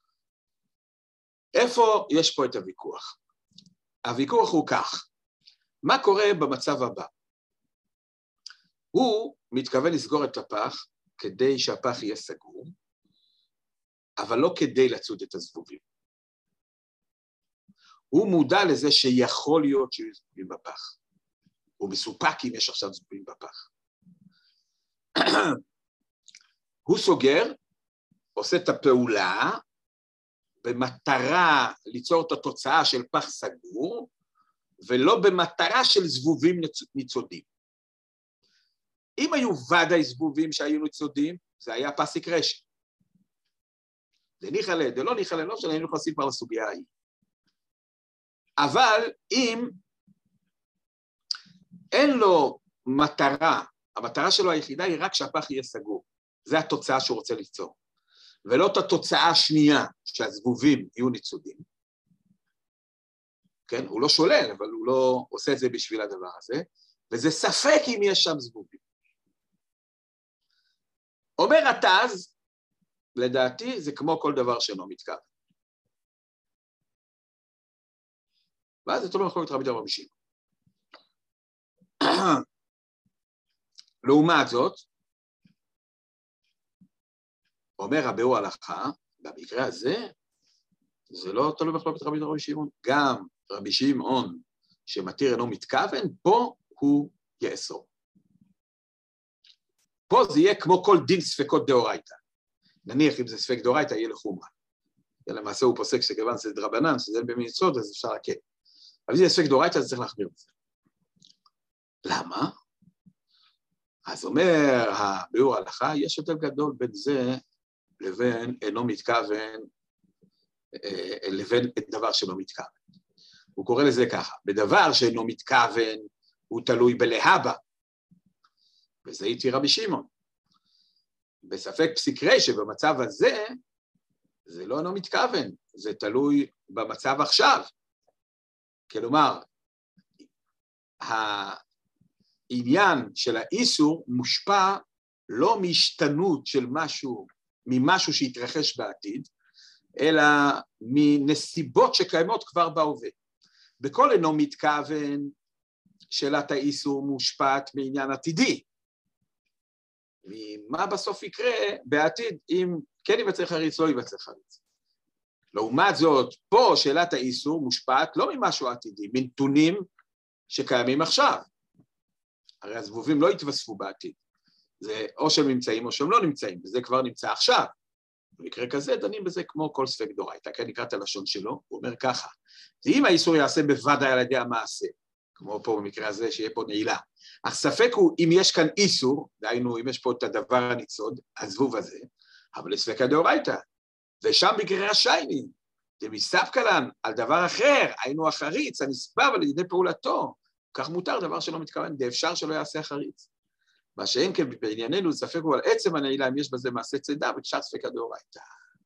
איפה יש פה את הוויכוח? הוויכוח הוא כך, מה קורה במצב הבא? הוא מתכוון לסגור את הפח כדי שהפח יהיה סגור, אבל לא כדי לצוד את הזבובים. הוא מודע לזה שיכול להיות שיהיו זבובים בפח. הוא מסופק אם יש עכשיו זבובים בפח. הוא סוגר, עושה את הפעולה, במטרה ליצור את התוצאה של פח סגור, ולא במטרה של זבובים ניצודים. אם היו ודאי זבובים שהיו ניצודים, זה היה פסיק רשע. זה ניחלה, זה לא ניחלה, לא שלנו נכנסים כבר לסוגיה ההיא. אבל אם אין לו מטרה, המטרה שלו היחידה היא רק שהפח יהיה סגור. זה התוצאה שהוא רוצה ליצור. ולא את התוצאה השנייה שהזבובים יהיו ניצודים. כן? הוא לא שולל, אבל הוא לא עושה את זה בשביל הדבר הזה, וזה ספק אם יש שם זבובים. אומר התז, לדעתי זה כמו כל דבר שאינו מתכוון. ואז זה תלוי מחלוקת רבי דרבא בשילה. לעומת זאת, אומר רבהו הלכה, במקרה הזה, זה לא תלוי מחלוקת רבי דרבא שמעון, גם רבי שמעון שמתיר אינו מתכוון, פה הוא יאסור. פה זה יהיה כמו כל דין ספקות דאורייתא. נניח אם זה ספק דאורייתא, יהיה לחומרה. למעשה הוא פוסק שכיוון זה דרבנן, שזה אין במין יסוד, אז אפשר להקל. אבל אם זה ספק דאורייתא, אז צריך להחמיר את זה. למה? אז אומר הביאור ההלכה, יש הבדל גדול בין זה לבין אינו מתכוון, לבין דבר שאינו מתכוון. הוא קורא לזה ככה, בדבר שאינו מתכוון, הוא תלוי בלהבא, וזה איתי רבי שמעון. בספק פסיק רשע, במצב הזה, זה לא אינו מתכוון, זה תלוי במצב עכשיו. כלומר, העניין של האיסור מושפע לא מהשתנות של משהו, ממשהו שהתרחש בעתיד, אלא מנסיבות שקיימות כבר בהווה. בכל אינו מתכוון, שאלת האיסור מושפעת מעניין עתידי. מה בסוף יקרה בעתיד אם כן ייווצר חריץ, לא ייווצר חריץ. לעומת זאת, פה שאלת האיסור מושפעת לא ממשהו עתידי, מנתונים שקיימים עכשיו. הרי הזבובים לא יתווספו בעתיד. זה או שהם נמצאים או שהם לא נמצאים, וזה כבר נמצא עכשיו. במקרה כזה דנים בזה כמו כל ספק דאורייתא, כן נקרא את הלשון שלו, הוא אומר ככה, אם האיסור יעשה בוודאי על ידי המעשה, כמו פה במקרה הזה שיהיה פה נעילה, אך ספק הוא אם יש כאן איסור, דהיינו אם יש פה את הדבר הניצוד, הזבוב הזה, אבל לספק הדאורייתא, ושם בקרה השייני, דמסתפקא לן על דבר אחר, היינו החריץ, הנסבב על ידי פעולתו, כך מותר דבר שלא מתכוון, ואפשר שלא יעשה החריץ. מה שאין כן בענייננו, ספק הוא על עצם הנעילה, אם יש בזה מעשה צידה, ושאר ספק הדאורייתא.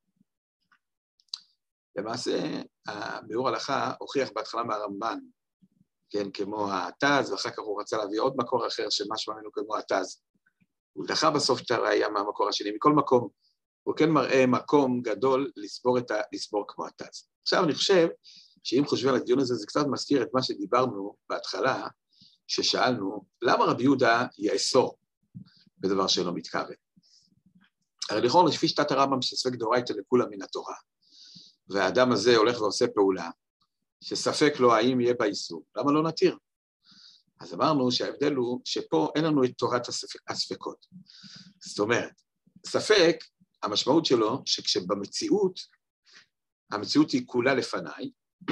למעשה, הביאור הלכה הוכיח בהתחלה מהרמב"ן, כן, כמו התז, ואחר כך הוא רצה להביא עוד מקור אחר, שמשמע ממנו כמו התז. הוא דחה בסוף את הראייה מהמקור השני, מכל מקום, הוא כן מראה מקום גדול לסבור, את ה... לסבור כמו התז. עכשיו אני חושב שאם חושבים על הדיון הזה, זה קצת מזכיר את מה שדיברנו בהתחלה, ששאלנו, למה רבי יהודה יאסור בדבר שלא מתכוון? הרי לכאורה, לפי שיטת הרמב"ם שספק דאורייתא לכולה מן התורה, והאדם הזה הולך ועושה פעולה, שספק לו האם יהיה באיסור, למה לא נתיר? אז אמרנו שההבדל הוא שפה אין לנו את תורת הספק, הספקות. זאת אומרת, ספק, המשמעות שלו שכשבמציאות, המציאות היא כולה לפניי,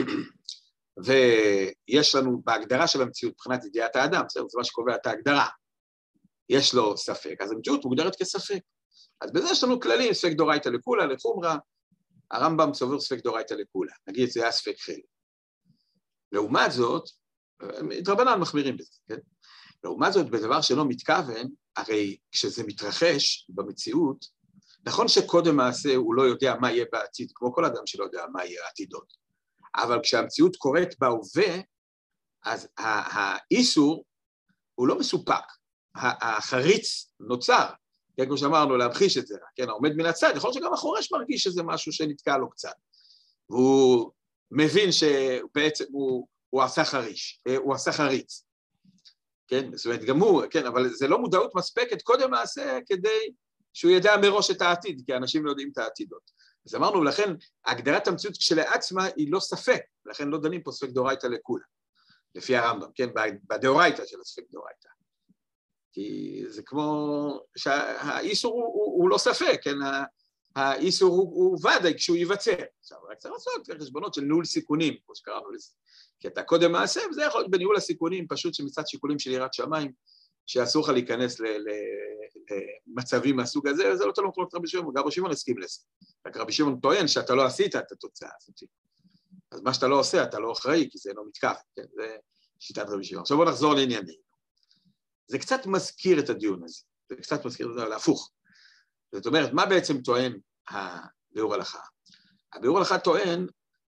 ויש לנו בהגדרה של המציאות, מבחינת ידיעת האדם, זה מה שקובע את ההגדרה, יש לו ספק, אז המציאות מוגדרת כספק. אז בזה יש לנו כללים, ספק דאורייתא לכולה, לחומרה, הרמב"ם סובר ספק דאורייתא לכולה, נגיד זה היה ספק חלק. לעומת זאת, דרבנן מחמירים בזה, כן? לעומת זאת, בדבר שלא מתכוון, הרי כשזה מתרחש במציאות, נכון שקודם מעשה הוא לא יודע מה יהיה בעתיד, כמו כל אדם שלא יודע מה יהיה העתידות, אבל כשהמציאות קורית בהווה, אז האיסור הוא לא מסופק, החריץ נוצר, כן, כמו שאמרנו, להמחיש את זה, כן, העומד מן הצד, יכול להיות שגם החורש מרגיש שזה משהו שנתקע לו קצת, והוא מבין שבעצם הוא, הוא עשה חריש, הוא עשה חריץ, כן, זאת אומרת, גם הוא, כן, אבל זה לא מודעות מספקת קודם מעשה כדי שהוא ידע מראש את העתיד, כי אנשים לא יודעים את העתידות. אז אמרנו, ולכן הגדרת המציאות כשלעצמה היא לא ספק, לכן לא דנים פה ספק דאורייתא לכולה, לפי הרמב"ם, כן, בדאורייתא של הספק דאורייתא. כי זה כמו שהאיסור הוא, הוא, הוא לא ספק, כן, האיסור הוא, הוא ודאי כשהוא ייווצר. עכשיו, רק צריך לעשות חשבונות של ניהול סיכונים, כמו שקראנו לזה. כי אתה קודם מעשה, וזה יכול להיות בניהול הסיכונים, פשוט שמצד שיקולים של יראת שמיים, שאסור לך להיכנס למצבים מהסוג הזה, וזה לא תלוי כמו רבי שמעון, גם רבי שמעון הסכים לזה. רק רבי שמעון טוען שאתה לא עשית את התוצאה הזאת. אז מה שאתה לא עושה, אתה לא אחראי, כי זה לא מתכוון, כן? זה שיטת רבי שמעון. עכשיו בואו נחזור לעניינים. זה קצת מזכיר את הדיון הזה, זה קצת מזכיר את זה, להפוך. זאת אומרת, מה בעצם טוען הביאור הלכה? הביאור הלכה טוען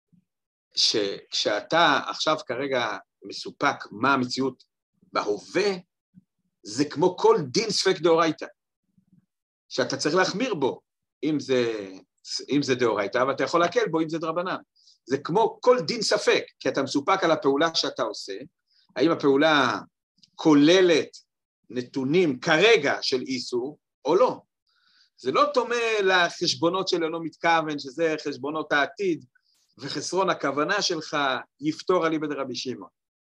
שכשאתה עכשיו כרגע מסופק מה המציאות בהווה, זה כמו כל דין ספק דאורייתא, שאתה צריך להחמיר בו, אם זה, אם זה דאורייתא, אבל אתה יכול להקל בו אם זה דרבנן. זה כמו כל דין ספק, כי אתה מסופק על הפעולה שאתה עושה, האם הפעולה כוללת נתונים כרגע של איסור או לא. זה לא דומה לחשבונות של לא מתכוון, שזה חשבונות העתיד, וחסרון הכוונה שלך יפתור אליבא דרבי שמעון.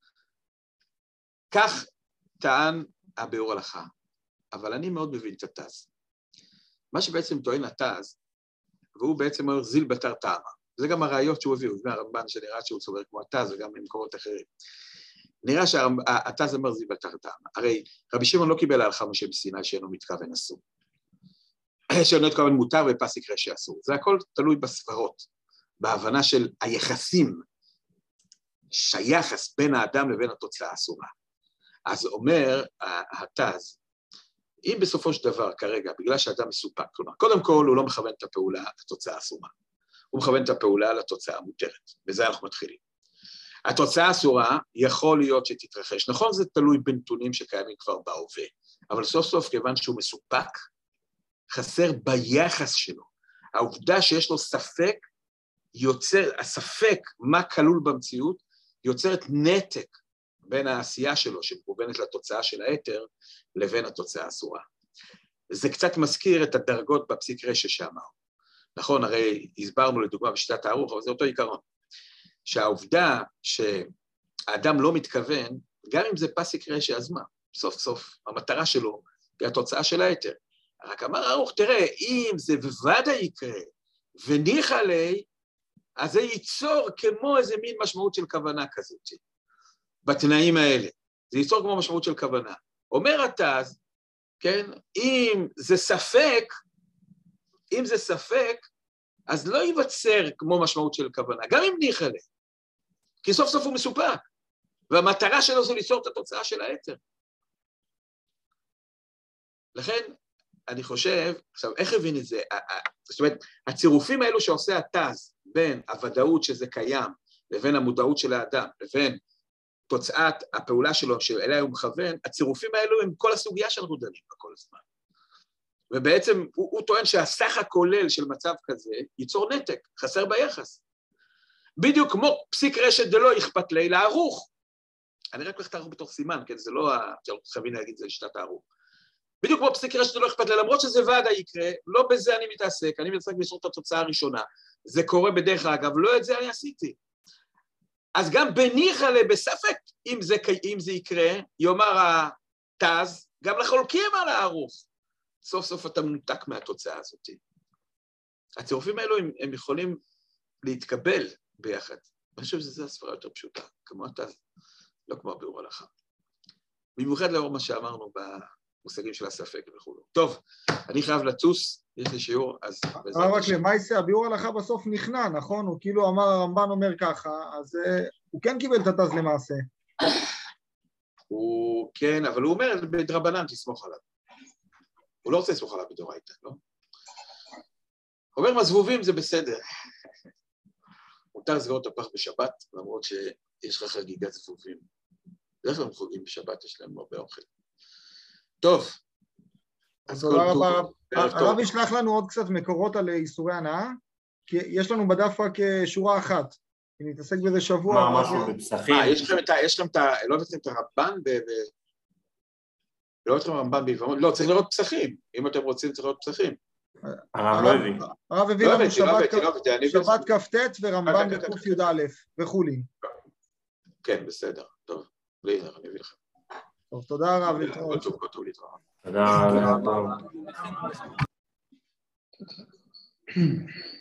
כך טען הביאור הלכה, אבל אני מאוד מבין את התז. מה שבעצם טוען התז, והוא בעצם אומר זיל בתר טעמה. זה גם הראיות שהוא הביא, הוא הביא הרמב"ן שנראה שהוא סובר כמו התז, וגם במקורות אחרים. נראה שהתז אמר זיבל תחתם. הרי רבי שמעון לא קיבל ההלכה משה מסיני שאינו מתכוון אסור. שאינו מתכוון מותר ופס יקרה שאסור. זה הכל תלוי בסברות, בהבנה של היחסים, שהיחס בין האדם לבין התוצאה האסורה. אז אומר התז, אם בסופו של דבר כרגע, בגלל שאדם מסופק, כלומר, קודם כל הוא לא מכוון את הפעולה לתוצאה האסורה, הוא מכוון את הפעולה לתוצאה המותרת, בזה אנחנו מתחילים. התוצאה האסורה יכול להיות שתתרחש, נכון זה תלוי בנתונים שקיימים כבר בהווה, אבל סוף סוף כיוון שהוא מסופק, חסר ביחס שלו. העובדה שיש לו ספק, יוצר, הספק מה כלול במציאות, יוצרת נתק בין העשייה שלו, שמכוונת לתוצאה של היתר, לבין התוצאה האסורה. זה קצת מזכיר את הדרגות בפסיק רשע שאמר. נכון, הרי הסברנו לדוגמה בשיטת הערוך, אבל זה אותו עיקרון. שהעובדה שהאדם לא מתכוון, גם אם זה פסיק רשע, אז מה? סוף סוף, המטרה שלו היא התוצאה של היתר. רק אמר הערוך, תראה, אם זה בוודא יקרה, וניחא ליה, אז זה ייצור כמו איזה מין משמעות של כוונה כזאת, בתנאים האלה. זה ייצור כמו משמעות של כוונה. אומר התז, כן, אם זה ספק, אם זה ספק, אז לא ייווצר כמו משמעות של כוונה, גם אם ניחא ליה, כי סוף סוף הוא מסופק, והמטרה שלו זה ליצור את התוצאה של היתר. לכן, אני חושב, עכשיו, איך הבין את זה? זאת אומרת, הצירופים האלו שעושה התז, בין הוודאות שזה קיים, לבין המודעות של האדם, לבין תוצאת הפעולה שלו, שאליה הוא מכוון, הצירופים האלו הם כל הסוגיה שאנחנו דנים בה כל הזמן. ובעצם הוא, הוא טוען שהסך הכולל של מצב כזה ייצור נתק, חסר ביחס. בדיוק כמו פסיק רשת דלא אכפת לי לערוך. אני רק הולך לערוך בתוך סימן, כן? זה לא, שאנחנו חייבים להגיד, זה שיטת הערוך. בדיוק כמו פסיק רשת דלא אכפת לי, למרות שזה ודאי יקרה, לא בזה אני מתעסק, אני מתעסק ליצור את התוצאה הראשונה. זה קורה בדרך אגב, לא את זה אני עשיתי. אז גם בניחא ליה בספק, אם זה, אם זה יקרה, יאמר התז, גם לחולקים על הערוך. סוף סוף אתה מנותק מהתוצאה הזאת. הצירופים האלו הם, הם יכולים להתקבל ביחד. אני חושב שזו הסברה יותר פשוטה, כמו התז, לא כמו הביאור הלכה. במיוחד לאור מה שאמרנו במושגים של הספק וכו'. טוב, אני חייב לטוס, יש לי שיעור, אז... רק למעשה, הביאור הלכה בסוף נכנע, נכון? הוא כאילו אמר, הרמב"ן אומר ככה, אז הוא כן קיבל את התז למעשה. הוא כן, אבל הוא אומר, בדרבנן תסמוך עליו. הוא לא רוצה לסמוך עליו בדאורייתא, לא? הוא אומר, מזבובים זה בסדר. מותר לסגור את הפח בשבת, למרות שיש לך חגיגת זבובים. בדרך כלל הם חוגגים בשבת, יש להם הרבה אוכל. טוב. אז תודה רבה. הרב ישלח לנו עוד קצת מקורות על איסורי הנאה, כי יש לנו בדף רק שורה אחת. אם נתעסק בזה שבוע... מה, משהו בפסחים? מה, יש לכם את ה... יש לכם את ה... לא הבאתם את הרמב"ן ב... לא הבאתם הרמב"ן בעברון? לא, צריך לראות פסחים. אם אתם רוצים, צריך לראות פסחים. הרב לא הביא. הרב הביא לנו שבת כ"ט ורמב"ן בקוף י"א וכולי. כן, בסדר. טוב, בלי זה, אני אביא לכם. טוב, תודה הרב. כל טוב, כל טוב להתראות. תודה רבה.